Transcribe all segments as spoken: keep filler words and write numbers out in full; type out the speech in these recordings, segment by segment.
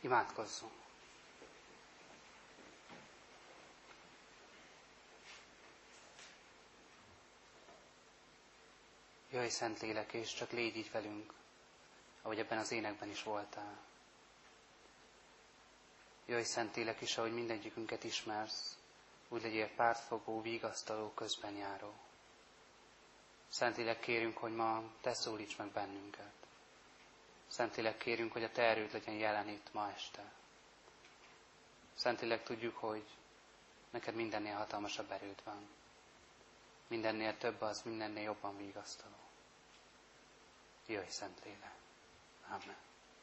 Imádkozzunk. Jöjj, Szentlélek, és csak légy így velünk, ahogy ebben az énekben is voltál. Jöjj, Szentlélek is, ahogy mindegyikünket ismersz, úgy legyél pártfogó, vigasztaló, közben járó. Szentlélek, kérünk, hogy ma te szólíts meg bennünket. Szentlélek, kérünk, hogy a te erőd legyen jelen itt ma este. Szentlélek, tudjuk, hogy neked mindennél hatalmasabb erőd van. Mindennél több az, mindennél jobban vigasztaló. Jöjj, Szentlélek. Amen.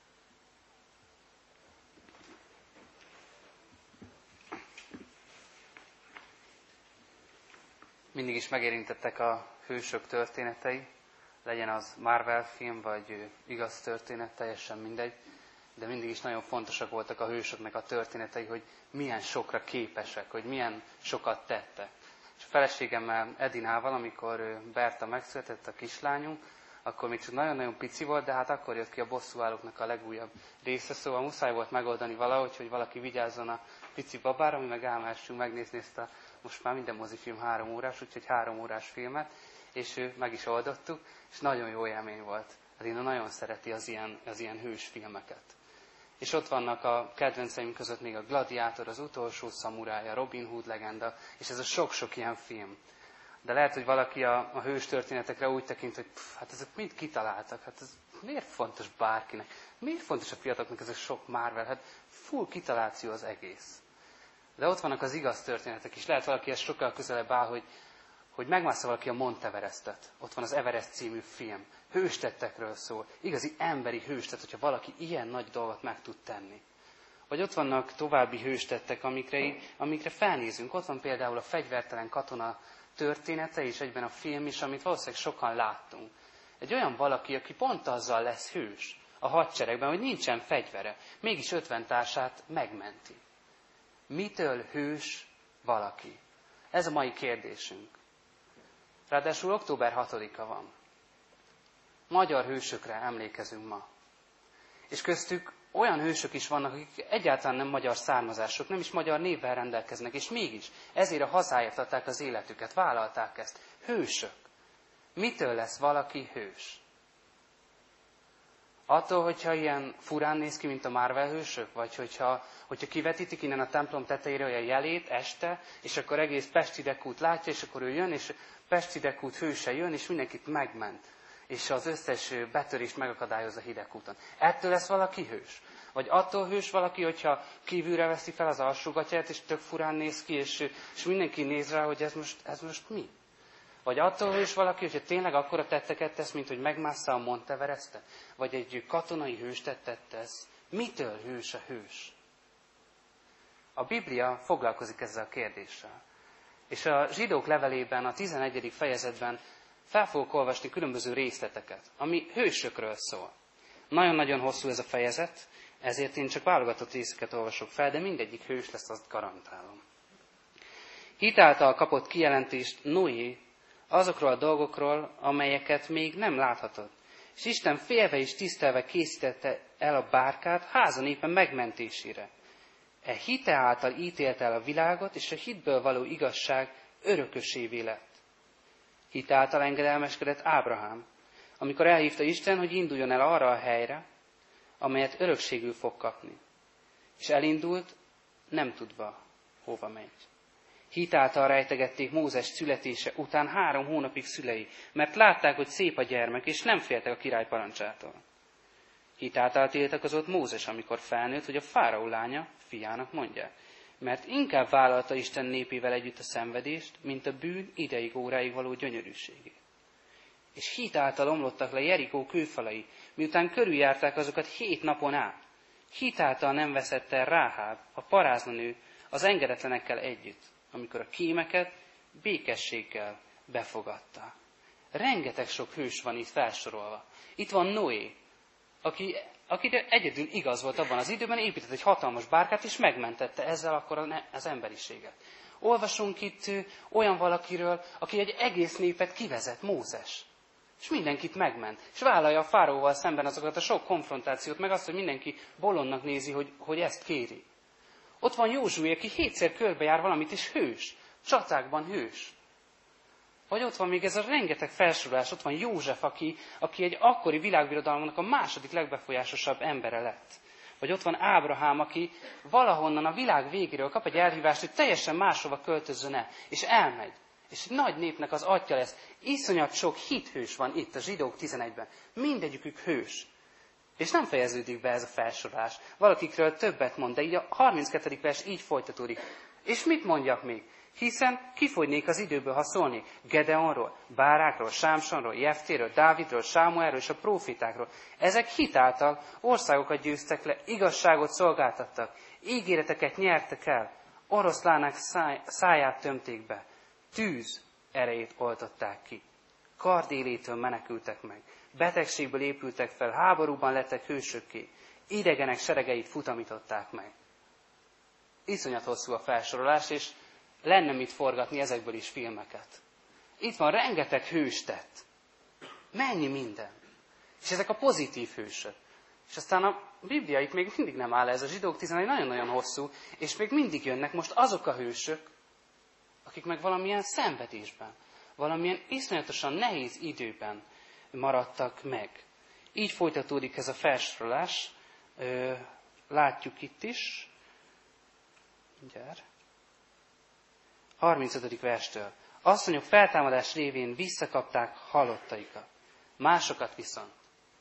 Mindig is megérintettek a hősök történetei, legyen az Marvel film, vagy igaz történet, teljesen mindegy, de mindig is nagyon fontosak voltak a hősöknek a történetei, hogy milyen sokra képesek, hogy milyen sokat tettek. És a feleségemmel, Edinával, amikor Berta megszületett, a kislányunk, akkor még csak nagyon-nagyon pici volt, de hát akkor jött ki a Bosszúállóknak a legújabb része, szóval muszáj volt megoldani valahogy, hogy valaki vigyázzon a pici babára, mi meg elmehessünk megnézni ezt a, most már minden mozifilm három órás, úgyhogy három órás filmet, és ő, meg is oldottuk, és nagyon jó élmény volt. Adina nagyon szereti az ilyen, az ilyen hős filmeket. És ott vannak a kedvenceim között még a Gladiátor, az Utolsó szamuráj, a Robin Hood legenda, és ez a sok-sok ilyen film. De lehet, hogy valaki a, a hős történetekre úgy tekint, hogy pff, hát ezek mind kitaláltak, hát ez miért fontos bárkinek? Miért fontos a fiataloknak ez a sok Marvel? Hát full kitaláció az egész. De ott vannak az igaz történetek is. Lehet valaki ezt sokkal közelebb áll, hogy, hogy megmássza valaki a Mount Everestet. Ott van az Everest című film. Hőstettekről szól. Igazi emberi hőstet, hogyha valaki ilyen nagy dolgot meg tud tenni. Vagy ott vannak további hőstettek, amikre, amikre felnézünk. Ott van például a Fegyvertelen katona története, és egyben a film is, amit valószínűleg sokan láttunk. Egy olyan valaki, aki pont azzal lesz hős a hadseregben, hogy nincsen fegyvere, mégis ötven társát megmenti. Mitől hős valaki? Ez a mai kérdésünk. Ráadásul október hatodika van. Magyar hősökre emlékezünk ma. És köztük olyan hősök is vannak, akik egyáltalán nem magyar származások, nem is magyar névvel rendelkeznek, és mégis ezért a hazáért adták az életüket, vállalták ezt. Hősök. Mitől lesz valaki hős? Attól, hogyha ilyen furán néz ki, mint a Marvel hősök? Vagy hogyha, hogyha kivetítik innen a templom tetejére a jelét este, és akkor egész Pestidekút látja, és akkor ő jön, és Pestidekút hőse jön, és mindenkit megment. És az összes betörést megakadályoz a hidegkúton. Ettől lesz valaki hős? Vagy attól hős valaki, hogyha kívülre veszi fel az alsógatyát, és tök furán néz ki, és, és mindenki néz rá, hogy ez most, ez most mi? Vagy attól hős valaki, hogyha tényleg akkora tetteket tesz, mint hogy megmássza a Mount Everestet? Vagy egy katonai hőstettet tesz? Mitől hős a hős? A Biblia foglalkozik ezzel a kérdéssel. És a Zsidók levelében, a tizenegyedik fejezetben fel fogok olvasni különböző részleteket, ami hősökről szól. Nagyon-nagyon hosszú ez a fejezet, ezért én csak válogatott részeket olvasok fel, de mindegyik hős lesz, azt garantálom. Hit által kapott kijelentést Noé azokról a dolgokról, amelyeket még nem láthatott. És Isten félve és tisztelve készítette el a bárkát háza népe megmentésére. E hite által ítélte el a világot, és a hitből való igazság örökösévé lett. Hit által engedelmeskedett Ábrahám, amikor elhívta Isten, hogy induljon el arra a helyre, amelyet örökségül fog kapni. És elindult, nem tudva, hova megy. Hit által rejtegették Mózes születése után három hónapig szülei, mert látták, hogy szép a gyermek, és nem féltek a király parancsától. Hit által tiltakozott Mózes, amikor felnőtt, hogy a fáraó lánya fiának mondják, mert inkább vállalta Isten népével együtt a szenvedést, mint a bűn ideig óráig való gyönyörűségét. És hit által omlottak le Jerikó kőfalai, miután körüljárták azokat hét napon át. Hit által nem veszett el Ráháb, a paráznanő, az engedetlenekkel együtt, amikor a kémeket békességgel befogadta. Rengeteg sok hős van itt felsorolva. Itt van Noé, aki, aki egyedül igaz volt abban az időben, épített egy hatalmas bárkát, és megmentette ezzel akkor az emberiséget. Olvasunk itt olyan valakiről, aki egy egész népet kivezet, Mózes. És mindenkit megment. És vállalja a fáraóval szemben azokat a sok konfrontációt, meg azt, hogy mindenki bolondnak nézi, hogy, hogy ezt kéri. Ott van Józsué, aki hétszer körbejár valamit, és hős. Csatákban hős. Vagy ott van még ez a rengeteg felsorolás, ott van József, aki, aki egy akkori világbirodalomnak a második legbefolyásosabb embere lett. Vagy ott van Ábrahám, aki valahonnan a világ végéről kap egy elhívást, hogy teljesen máshova költözzön el, és elmegy. És egy nagy népnek az atya lesz. Iszonyat sok hithős van itt a Zsidók tizenegyben. Mindegyikük hős. És nem fejeződik be ez a felsorolás. Valakikről többet mond, de így a harminckettedik vers így folytatódik. És mit mondjak még? Hiszen kifogynék az időből, ha szólnék Gedeonról, Bárákról, Sámsonról, Jeftéről, Dávidról, Sámuelről és a prófétákról. Ezek hitáltal országokat győztek le, igazságot szolgáltattak, ígéreteket nyertek el, oroszlánák száj, száját tömték be, tűz erejét oltották ki, kardélétől menekültek meg, betegségből épültek fel, háborúban lettek hősökké, idegenek seregeit futamították meg. Iszonyat hosszú a felsorolás, és lenne mit forgatni ezekből is filmeket. Itt van rengeteg hős tett. Mennyi minden. És ezek a pozitív hősök. És aztán a Biblia itt még mindig nem áll, ez a Zsidók tizenegy nagyon-nagyon hosszú, és még mindig jönnek most azok a hősök, akik meg valamilyen szenvedésben, valamilyen iszonyatosan nehéz időben maradtak meg. Így folytatódik ez a felsorolás. Látjuk itt is. Mindjárt. harmincötödik verstől. Asszonyok feltámadás révén visszakapták halottaikat. Másokat viszont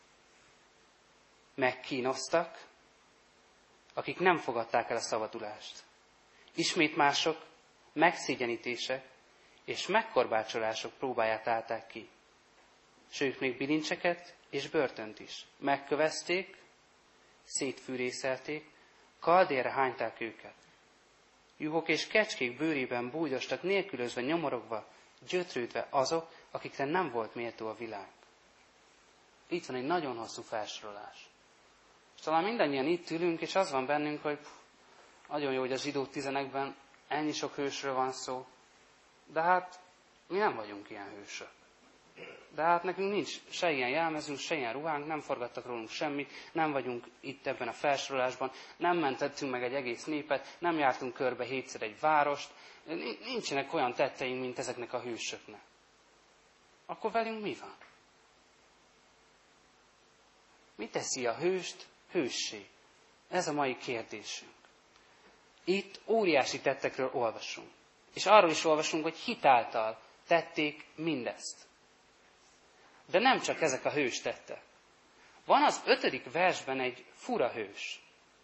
megkínoztak, akik nem fogadták el a szabadulást. Ismét mások megszégyenítések és megkorbácsolások próbáját állták ki. Sőt, még bilincseket és börtönt is. Megkövezték, szétfűrészelték, kaldérre hányták őket. Juhok és kecskék bőrében bújdostak, nélkülözve, nyomorogva, gyötrődve azok, akikre nem volt méltó a világ. Itt van egy nagyon hosszú felsorolás. És talán mindannyian itt ülünk, és az van bennünk, hogy pff, nagyon jó, hogy a Zsidók tizenegyben ennyi sok hősről van szó, de hát mi nem vagyunk ilyen hősök. De hát nekünk nincs se ilyen jelmezünk, se ilyen ruhánk, nem forgattak rólunk semmit, nem vagyunk itt ebben a felsorolásban, nem mentettünk meg egy egész népet, nem jártunk körbe hétszer egy várost, nincsenek olyan tetteink, mint ezeknek a hősöknek. Akkor velünk mi van? Mi teszi a hőst hőssé? Ez a mai kérdésünk. Itt óriási tettekről olvasunk. És arról is olvasunk, hogy hitáltal tették mindezt. De nem csak ezek a hős tettek. Van az ötödik versben egy fura hős,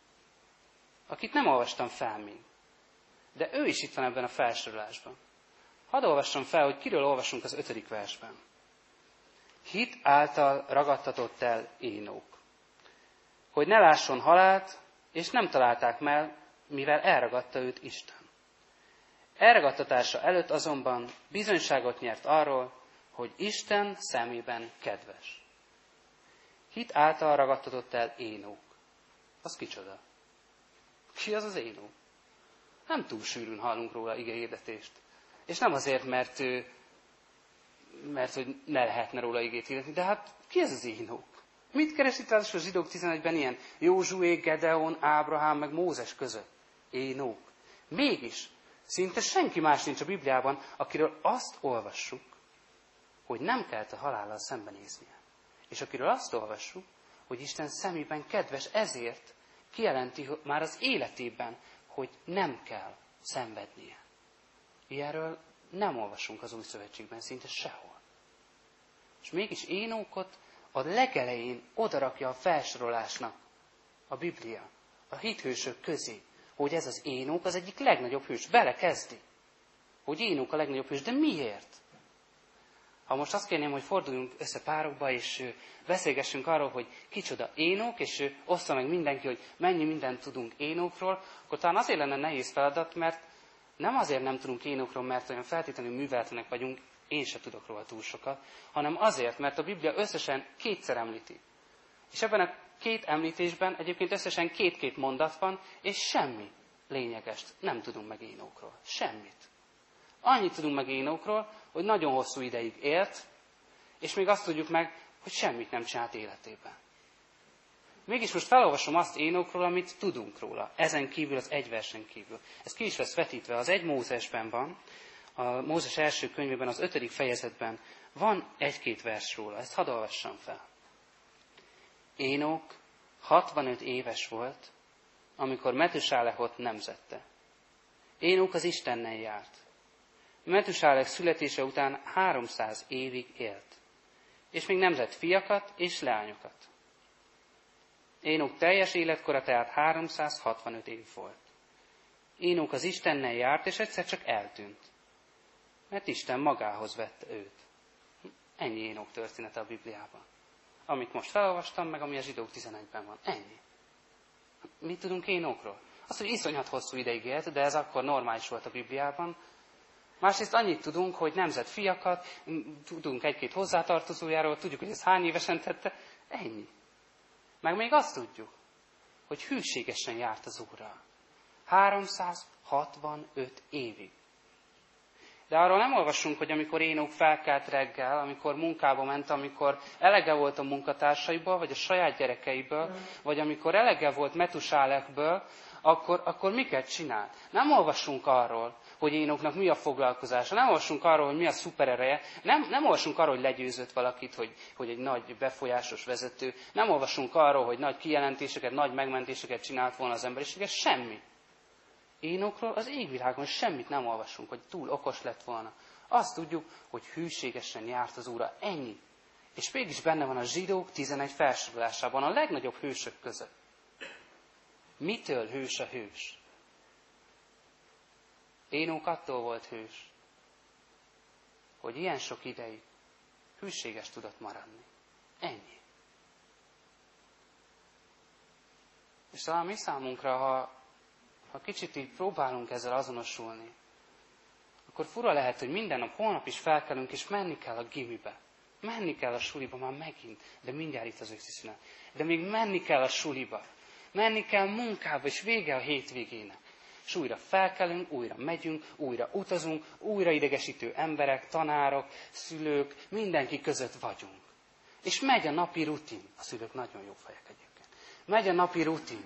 akit nem olvastam fel még. De ő is itt van ebben a felsorolásban. Hadd olvassam fel, hogy kiről olvasunk az ötödik versben. Hit által ragadtatott el Énók, hogy ne lásson halált, és nem találták meg, mivel elragadta őt Isten. Elragadtatása előtt azonban bizonyságot nyert arról, hogy Isten szemében kedves. Hit által ragadtatott el Énók. Az kicsoda? Ki az az Énók? Nem túl sűrűn hallunk róla igehirdetést. És nem azért, mert, mert hogy ne lehetne róla igét hirdetni, de hát ki ez az Énók? Mit keres itt az a Zsidók tizenegyben ilyen Józsué, Gedeon, Ábrahám, meg Mózes között? Énók. Mégis szinte senki más nincs a Bibliában, akiről azt olvassuk, hogy nem kellett a halállal szembenéznie. És akiről azt olvassuk, hogy Isten szemében kedves, ezért kijelenti már az életében, hogy nem kell szenvednie. Ilyenről nem olvasunk az Új Szövetségben szinte sehol. És mégis Énókot a legelején odarakja a felsorolásnak a Biblia, a hithősök közé, hogy ez az Énók az egyik legnagyobb hős. Belekezdi, hogy Énók a legnagyobb hős. De miért? Ha most azt kérném, hogy forduljunk össze párokba, és beszélgessünk arról, hogy kicsoda Énók, és ossza meg mindenki, hogy mennyi mindent tudunk Énókról, akkor talán azért lenne nehéz feladat, mert nem azért nem tudunk Énókról, mert olyan feltétlenül műveltlenek vagyunk, én se tudok róla túl sokat, hanem azért, mert a Biblia összesen kétszer említi. És ebben a két említésben egyébként összesen két-két mondat van, és semmi lényegest nem tudunk meg Énókról. Semmit. Annyit tudunk meg Énókról, hogy nagyon hosszú ideig élt, És még azt tudjuk meg, hogy semmit nem csinált életében. Mégis most felolvasom azt Énokról, amit tudunk róla. Ezen kívül, az egy versen kívül. Ez ki is lesz vetítve. Az egy Mózesben van, a Mózes első könyvében, az ötödik fejezetben van egy-két vers róla. Ezt hadd olvassam fel. Énok hatvanöt éves volt, amikor Metusálehot nemzette. Énok az Istennel járt. Metusáleh születése után háromszáz évig élt, és még nemzett fiakat és leányokat. Énok teljes életkora tehát háromszázhatvanöt év volt. Énok az Istennel járt, és egyszer csak eltűnt, mert Isten magához vette őt. Ennyi Énok története a Bibliában. Amit most felolvastam, meg ami a Zsidók tizenegyben van. Ennyi. Mit tudunk Énokról? Azt, hogy iszonyat hosszú ideig élt, de ez akkor normális volt a Bibliában. Másrészt annyit tudunk, hogy nemzett fiakat, tudunk egy-két hozzátartozójáról, tudjuk, hogy ez hány évesen tette. Ennyi. Meg még azt tudjuk, hogy hűségesen járt az Úrral. háromszázhatvanöt évig. De arról nem olvasunk, hogy amikor Énok felkelt reggel, amikor munkába ment, amikor elege volt a munkatársaiból, vagy a saját gyerekeiből, vagy amikor elege volt Metusálehből, akkor, akkor miket csinált? Nem olvasunk arról, hogy Énoknak mi a foglalkozása, nem olvasunk arról, hogy mi a szuperereje, nem, nem olvasunk arról, hogy legyőzött valakit, hogy, hogy egy nagy befolyásos vezető, nem olvasunk arról, hogy nagy kijelentéseket, nagy megmentéseket csinált volna az emberiséget, semmi. Énokról az égvilágon semmit nem olvasunk, hogy túl okos lett volna. Azt tudjuk, hogy hűségesen járt az Úrral. Ennyi. És mégis benne van a Zsidók tizenegy felsorolásában, a legnagyobb hősök között. Mitől hős a hős? Énok attól volt hős, hogy ilyen sok ideig hűséges tudott maradni. Ennyi. És talán mi számunkra, ha, ha kicsit így próbálunk ezzel azonosulni, akkor fura lehet, hogy minden nap, holnap is felkelünk, és menni kell a gimibe. Menni kell a suliba már megint, de mindjárt itt az őszi. De még menni kell a suliba. Menni kell munkába, és vége a hétvégének. És újra felkelünk, újra megyünk, újra utazunk, újra idegesítő emberek, tanárok, szülők, mindenki között vagyunk. És megy a napi rutin. A szülők nagyon jó fejek egyébként. Megy a napi rutin.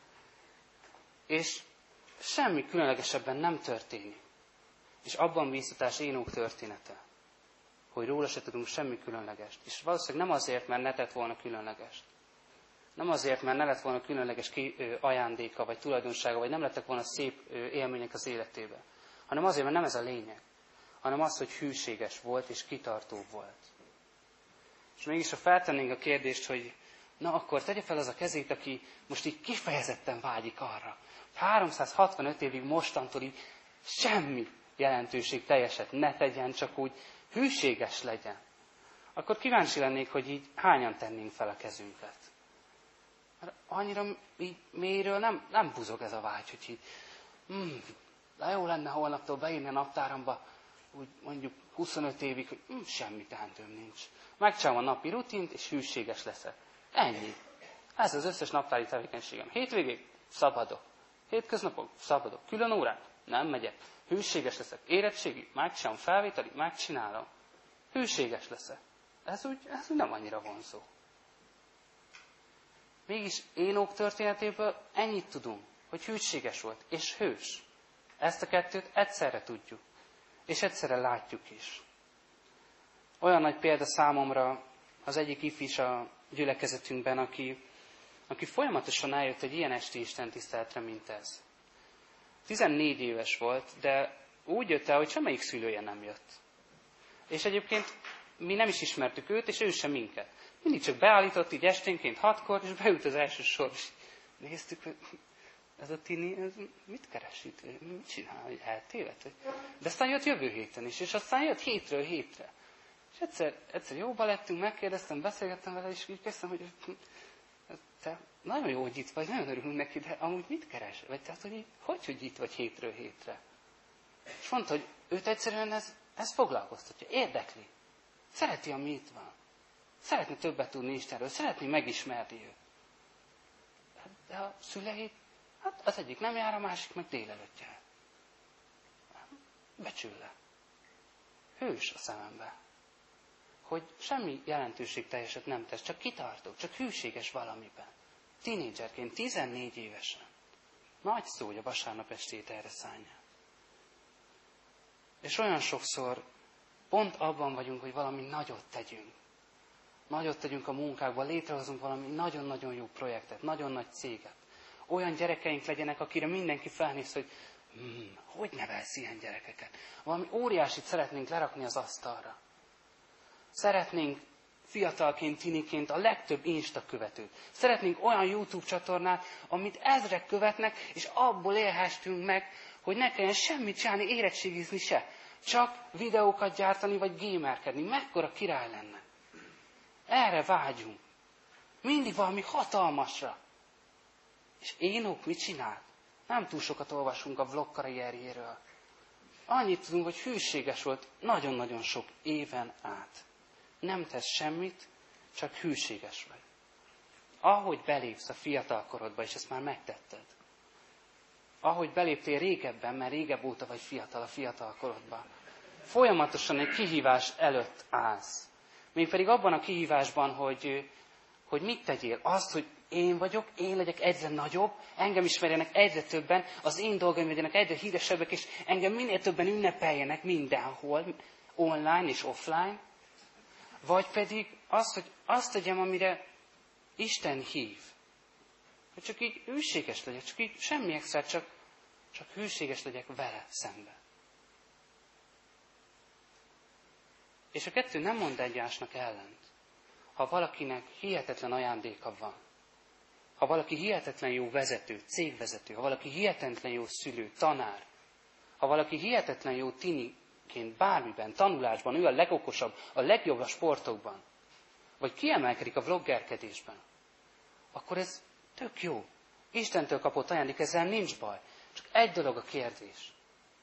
És semmi különlegesebben nem történik. És abban bíztatás Énok története, hogy róla se tudunk semmi különlegest. És valószínűleg nem azért, mert ne tett volna különlegest. Nem azért, mert ne lett volna különleges ajándéka, vagy tulajdonsága, vagy nem lettek volna szép élmények az életébe. Hanem azért, mert nem ez a lényeg. Hanem az, hogy hűséges volt, és kitartó volt. És mégis, ha feltennénk a kérdést, hogy na akkor tegye fel az a kezét, aki most így kifejezetten vágyik arra, hogy háromszázhatvanöt évig mostantól így semmi jelentőség teljeset ne tegyen, csak úgy hűséges legyen. Akkor kíváncsi lennék, hogy így hányan tennénk fel a kezünket. Mert annyira így mélyről nem, nem buzog ez a vágy, hogy így, mm, de jó lenne holnaptól beírni a naptáramba, úgy mondjuk huszonöt évig, hogy mm, semmi tehetőm nincs. Megcsinálom a napi rutint, és hűséges leszek. Ennyi. Ez az összes naptári tevékenységem. Hétvégéig szabadok. Hétköznapok szabadok. Külön órák? Nem megyek. Hűséges leszek. Érettségi? Megcsinálom. Felvételi? Megcsinálom. Hűséges leszek. Ez úgy, ez úgy nem annyira vonzó. Mégis Énok történetéből ennyit tudunk, hogy hűséges volt, és hős. Ezt a kettőt egyszerre tudjuk, és egyszerre látjuk is. Olyan nagy példa számomra az egyik ifis a gyülekezetünkben, aki, aki folyamatosan eljött egy ilyen esti istentiszteletre, mint ez. tizennégy éves volt, de úgy jött el, hogy semmelyik szülője nem jött. És egyébként mi nem is ismertük őt, és ő sem minket. Mindig csak beállított így esténként hatkor, és beült az első sor, és néztük, hogy ez a tini, ez mit keres itt, mit csinál, hogy eltévedt? De aztán jött jövő héten is, és aztán jött hétről hétre. És egyszer, egyszer jóba lettünk, megkérdeztem, beszélgettem vele, és így kezdtem, hogy te nagyon jó, hogy itt vagy, nagyon örülünk neki, de amúgy mit keres? Vagy tehát, hogy így, hogy, hogy itt vagy hétről hétre? És mondta, hogy őt egyszerűen ez, ez foglalkoztatja, érdekli. Szereti, ami itt van. Szeretné többet tudni Istenről, szeretné megismerni őt. De a szüleit, hát az egyik nem jár, a másik meg délelőtt jár. Becsül le. Hős a szemembe. hogy semmi jelentőségteljeset nem tesz, csak kitartó, csak hűséges valamiben. Tínédzserként, tizennégy évesen. Nagy szó, hogy a vasárnap estét erre szánja. És olyan sokszor pont abban vagyunk, hogy valami nagyot tegyünk. Nagyot tegyünk a munkákban, létrehozunk valami nagyon-nagyon jó projektet, nagyon nagy céget. Olyan gyerekeink legyenek, akire mindenki felnéz, hogy hmm, hogy nevelsz ilyen gyerekeket? Valami óriásit szeretnénk lerakni az asztalra. Szeretnénk fiatalként, tiniként a legtöbb Insta követőt. Szeretnénk olyan YouTube csatornát, amit ezrek követnek, és abból élhessünk meg, hogy ne kelljen semmit csinálni, érettségizni se. Csak videókat gyártani, vagy gémerkedni. Mekkora király lenne. Erre vágyunk. Mindig valami hatalmasra. És Énok mit csinál? Nem túl sokat olvasunk a vlog karrierjéről. Annyit tudunk, hogy hűséges volt nagyon-nagyon sok éven át. Nem tesz semmit, csak hűséges vagy. Ahogy belépsz a fiatalkorodba, és ezt már megtetted. Ahogy beléptél régebben, mert régebb óta vagy fiatal a fiatalkorodban. Folyamatosan egy kihívás előtt állsz. Mégpedig abban a kihívásban, hogy, hogy mit tegyél. Azt, hogy én vagyok, én legyek egyre nagyobb, engem ismerjenek egyre többen, az én dolgaim legyenek egyre híresebbek, és engem minél többen ünnepeljenek mindenhol, online és offline. Vagy pedig azt, hogy azt tegyem, amire Isten hív. Hogy csak így hűséges legyek, csak így semmi extra, csak, csak hűséges legyek vele szembe. És a kettő nem mond egymásnak ellent. Ha valakinek hihetetlen ajándéka van, ha valaki hihetetlen jó vezető, cégvezető, ha valaki hihetetlen jó szülő, tanár, ha valaki hihetetlen jó tiniként bármiben, tanulásban, ő a legokosabb, a legjobb a sportokban, vagy kiemelkedik a vloggerkedésben, akkor ez tök jó. Istentől kapott ajándék, ezzel nincs baj. Csak egy dolog a kérdés.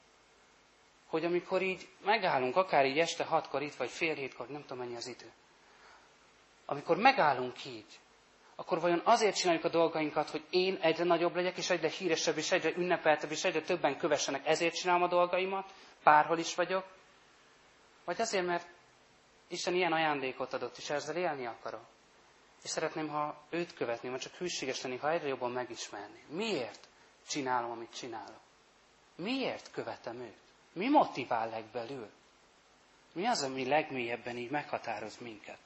Hogy amikor így megállunk, akár így este hatkor itt, vagy fél hétkor, nem tudom mennyi az idő. Amikor megállunk így, akkor vajon azért csináljuk a dolgainkat, hogy én egyre nagyobb legyek, és egyre híresebb, és egyre ünnepeltebb, és egyre többen kövessenek, ezért csinálom a dolgaimat, bárhol is vagyok? Vagy azért, mert Isten ilyen ajándékot adott, és ezzel élni akarok. És szeretném, ha őt követném, ha csak hűséges lenni, ha egyre jobban megismerni. Miért csinálom, amit csinálok? Miért követem őt? Mi motivál legbelül? Mi az, ami legmélyebben így meghatároz minket?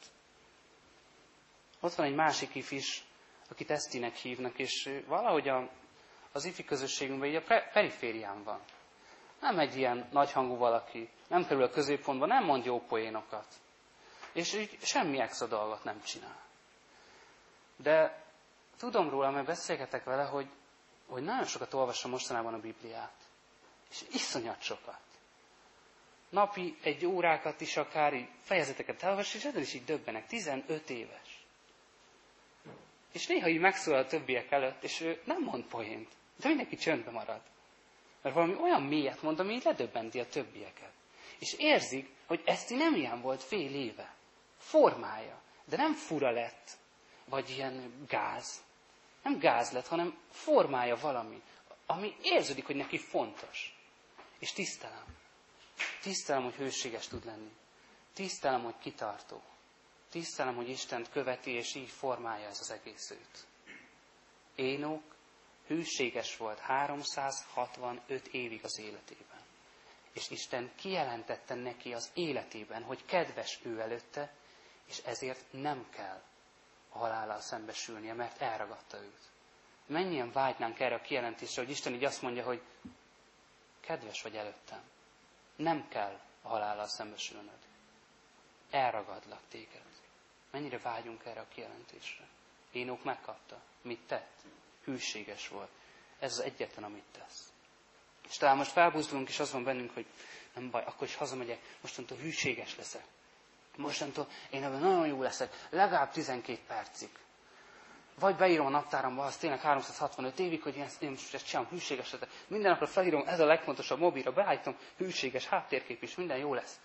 Ott van egy másik ifis, akit Esztinek hívnak, és valahogy a, az ifi közösségünkben így a periférián van. Nem egy ilyen nagyhangú valaki, nem kerül a középpontba, nem mond jó poénokat. És így semmi extra dolgot nem csinál. De tudom róla, mert beszélgetek vele, hogy, hogy nagyon sokat olvasom mostanában a Bibliát. És iszonyat sokat. Napi egy órákat is akár így fejezeteket elolvas, és ezen is így döbbenek. tizenöt éves. És néha így megszólal a többiek előtt, és ő nem mond poént. De mindenki csöndbe marad. Mert valami olyan mélyet mond, ami így ledöbbenti a többieket. És érzik, hogy Eszti nem ilyen volt fél éve. Formája. De nem fura lett. Vagy ilyen gáz. Nem gáz lett, hanem formája valami. Ami érződik, hogy neki fontos. És tisztelem. Tisztelem, hogy hőséges tud lenni. Tisztelem, hogy kitartó. Tisztelem, hogy Istent követi, és így formálja ez az egész őt. Énok hűséges volt háromszázhatvanöt évig az életében. És Isten kijelentette neki az életében, hogy kedves ő előtte, és ezért nem kell a halállal szembesülnie, mert elragadta őt. Mennyien vágynánk erre a kijelentésre, hogy Isten így azt mondja, hogy kedves vagy előttem. Nem kell a halállal szembesülnöd. Elragadlak téged. Mennyire vágyunk erre a kijelentésre. Énok megkapta. Mit tett? Hűséges volt. Ez az egyetlen, amit tesz. És talán most felbuzdulunk, és az van bennünk, hogy nem baj, akkor is hazamegyek, mostantól hűséges leszek. Mostantól én ebben nagyon jó leszek, legalább tizenkét percig. Vagy beírom a naptáramba, az tényleg háromszázhatvanöt évig, hogy én ezt, én most ezt csinálom, hűséges leszek. Minden napra felírom, ez a legfontosabb, mobilra beállítom, hűséges, háttérkép is, minden jó lesz.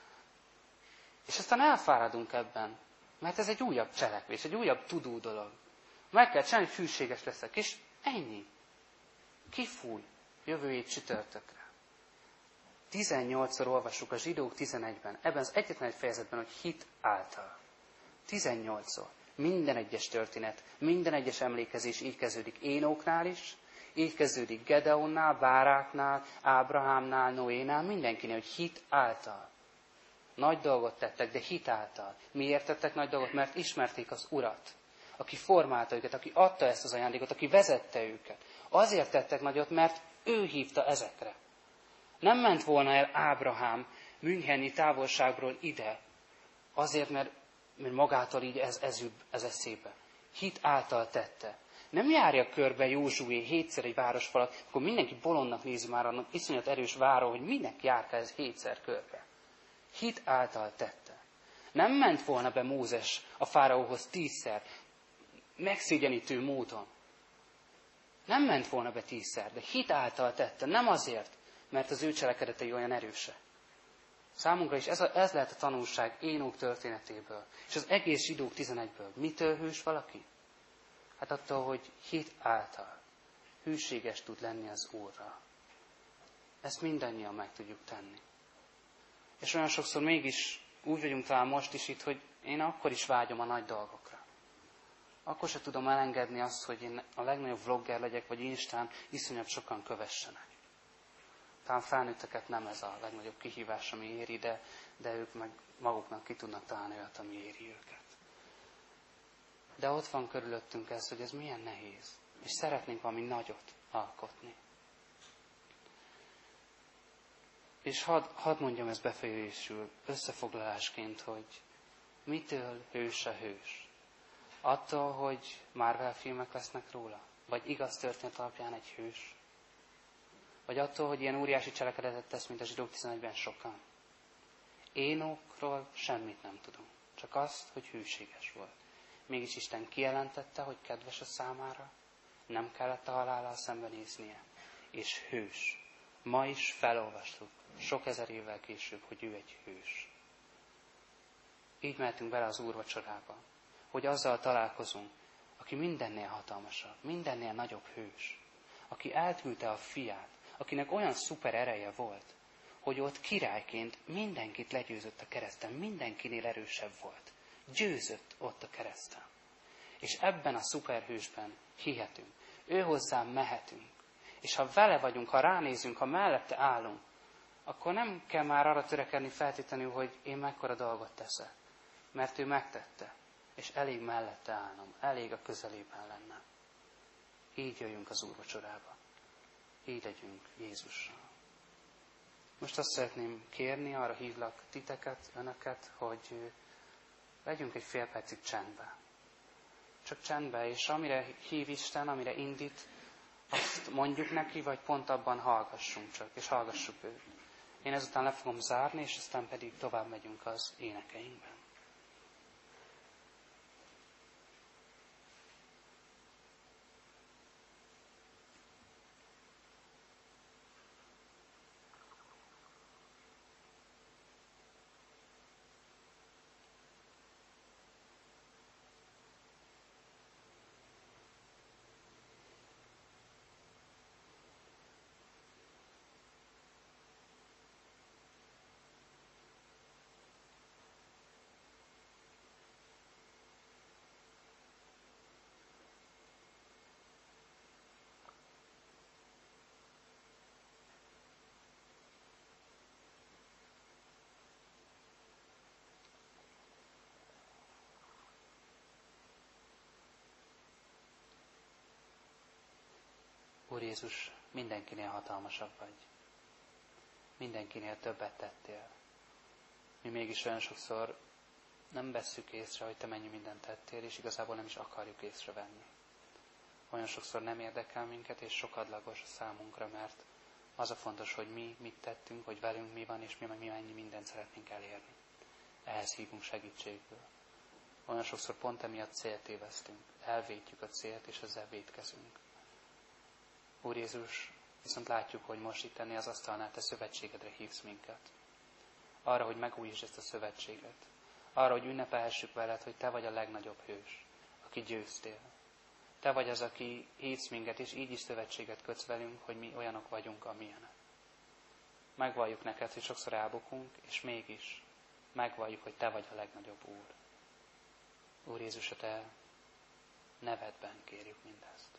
És aztán elfáradunk ebben, mert ez egy újabb cselekvés, egy újabb tudó dolog. Meg kell csinálni, hogy hűséges leszek, és ennyi. Kifúj jövő hét csütörtökre. tizennyolcszor olvassuk a Zsidók tizenegyben, ebben az egyetlen egy fejezetben, hogy hit által. tizennyolcszor. Minden egyes történet, minden egyes emlékezés így kezdődik Énoknál is, így kezdődik Gedeonnál, Báráknál, Ábrahámnál, Noénál, mindenkinél, hogy hit által. Nagy dolgot tettek, de hit által. Miért tettek nagy dolgot? Mert ismerték az Urat, aki formálta őket, aki adta ezt az ajándékot, aki vezette őket. Azért tettek nagyot, mert ő hívta ezekre. Nem ment volna el Ábrahám Müncheni távolságról ide, azért, mert, mert magától így ez, ez jut ez eszébe. Hit által tette. Nem járja körbe Józsué hétszer egy városfalat, akkor mindenki bolondnak nézi már annak iszonyat erős váról, hogy minek járka ez hétszer körbe. Hit által tette. Nem ment volna be Mózes a fáraóhoz tízszer, megszégyenítő módon. Nem ment volna be tízszer, de hit által tette. Nem azért, mert az ő cselekedetei olyan erősek. Számunkra is ez, a, ez lehet a tanulság Énok történetéből. És az egész Zsidók tizenegyből. Mitől hős valaki? Hát attól, hogy hit által hűséges tud lenni az Úrra. Ezt mindannyian meg tudjuk tenni. És olyan sokszor mégis úgy vagyunk talán most is itt, hogy én akkor is vágyom a nagy dolgokra. Akkor se tudom elengedni azt, hogy én a legnagyobb vlogger legyek, vagy Instán iszonyat sokan kövessenek. Talán felnőtteket nem ez a legnagyobb kihívás, ami éri, de, de ők meg maguknak ki tudnak találni olyat, ami éri őket. De ott van körülöttünk ez, hogy ez milyen nehéz. És szeretnénk valami nagyot alkotni. És hadd had mondjam ezt befejezésül, összefoglalásként, hogy mitől hős a hős? Attól, hogy Marvel filmek lesznek róla? Vagy igaz történet alapján egy hős? Vagy attól, hogy ilyen óriási cselekedetet tesz, mint a Zsidók tizenegyben sokan? Énokról semmit nem tudunk. Csak azt, hogy hűséges volt. Mégis Isten kijelentette, hogy kedves a számára, nem kellett a halállal szembenéznie, és hős. Ma is felolvastuk, sok ezer évvel később, hogy ő egy hős. Így mehetünk bele az úrvacsorába, hogy azzal találkozunk, aki mindennél hatalmasabb, mindennél nagyobb hős, aki elküldte a fiát, akinek olyan szuper ereje volt, hogy ott királyként mindenkit legyőzött a kereszten, mindenkinél erősebb volt. Győzött ott a kereszten. És ebben a szuperhősben hihetünk. Ő hozzám mehetünk. És ha vele vagyunk, ha ránézünk, ha mellette állunk, akkor nem kell már arra törekedni feltétlenül, hogy én mekkora dolgot teszek. Mert ő megtette. És elég mellette állnom, elég a közelében lennem. Így jöjjünk az úrvacsorába. Így legyünk Jézussal. Most azt szeretném kérni, arra hívlak titeket, önöket, hogy legyünk egy fél percig csendbe. Csak csendbe, és amire hív Isten, amire indít, azt mondjuk neki, vagy pont abban hallgassunk csak, és hallgassuk őt. Én ezután le fogom zárni, és aztán pedig tovább megyünk az énekeinkben. Úr Jézus, mindenkinél hatalmasabb vagy. Mindenkinél többet tettél. Mi mégis olyan sokszor nem vesszük észre, hogy te mennyi mindent tettél, és igazából nem is akarjuk észrevenni. Olyan sokszor nem érdekel minket, és sokadlagos a számunkra, mert az a fontos, hogy mi mit tettünk, hogy velünk mi van, és mi, mi mennyi mindent szeretnénk elérni. Ehhez hívunk segítségből. Olyan sokszor pont emiatt célt tévesztünk. Elvétjük a célt, és ezzel vétkezünk. Úr Jézus, viszont látjuk, hogy most itt ennél az asztalnál te szövetségedre hívsz minket. Arra, hogy megújítsd ezt a szövetséget. Arra, hogy ünnepelhessük veled, hogy te vagy a legnagyobb hős, aki győztél. Te vagy az, aki hívsz minket, és így is szövetséget kötsz velünk, hogy mi olyanok vagyunk, amilyenek. megvalljuk neked, hogy sokszor elbukunk, és mégis megvalljuk, hogy te vagy a legnagyobb Úr. Úr Jézus, a te nevedben kérjük mindezt.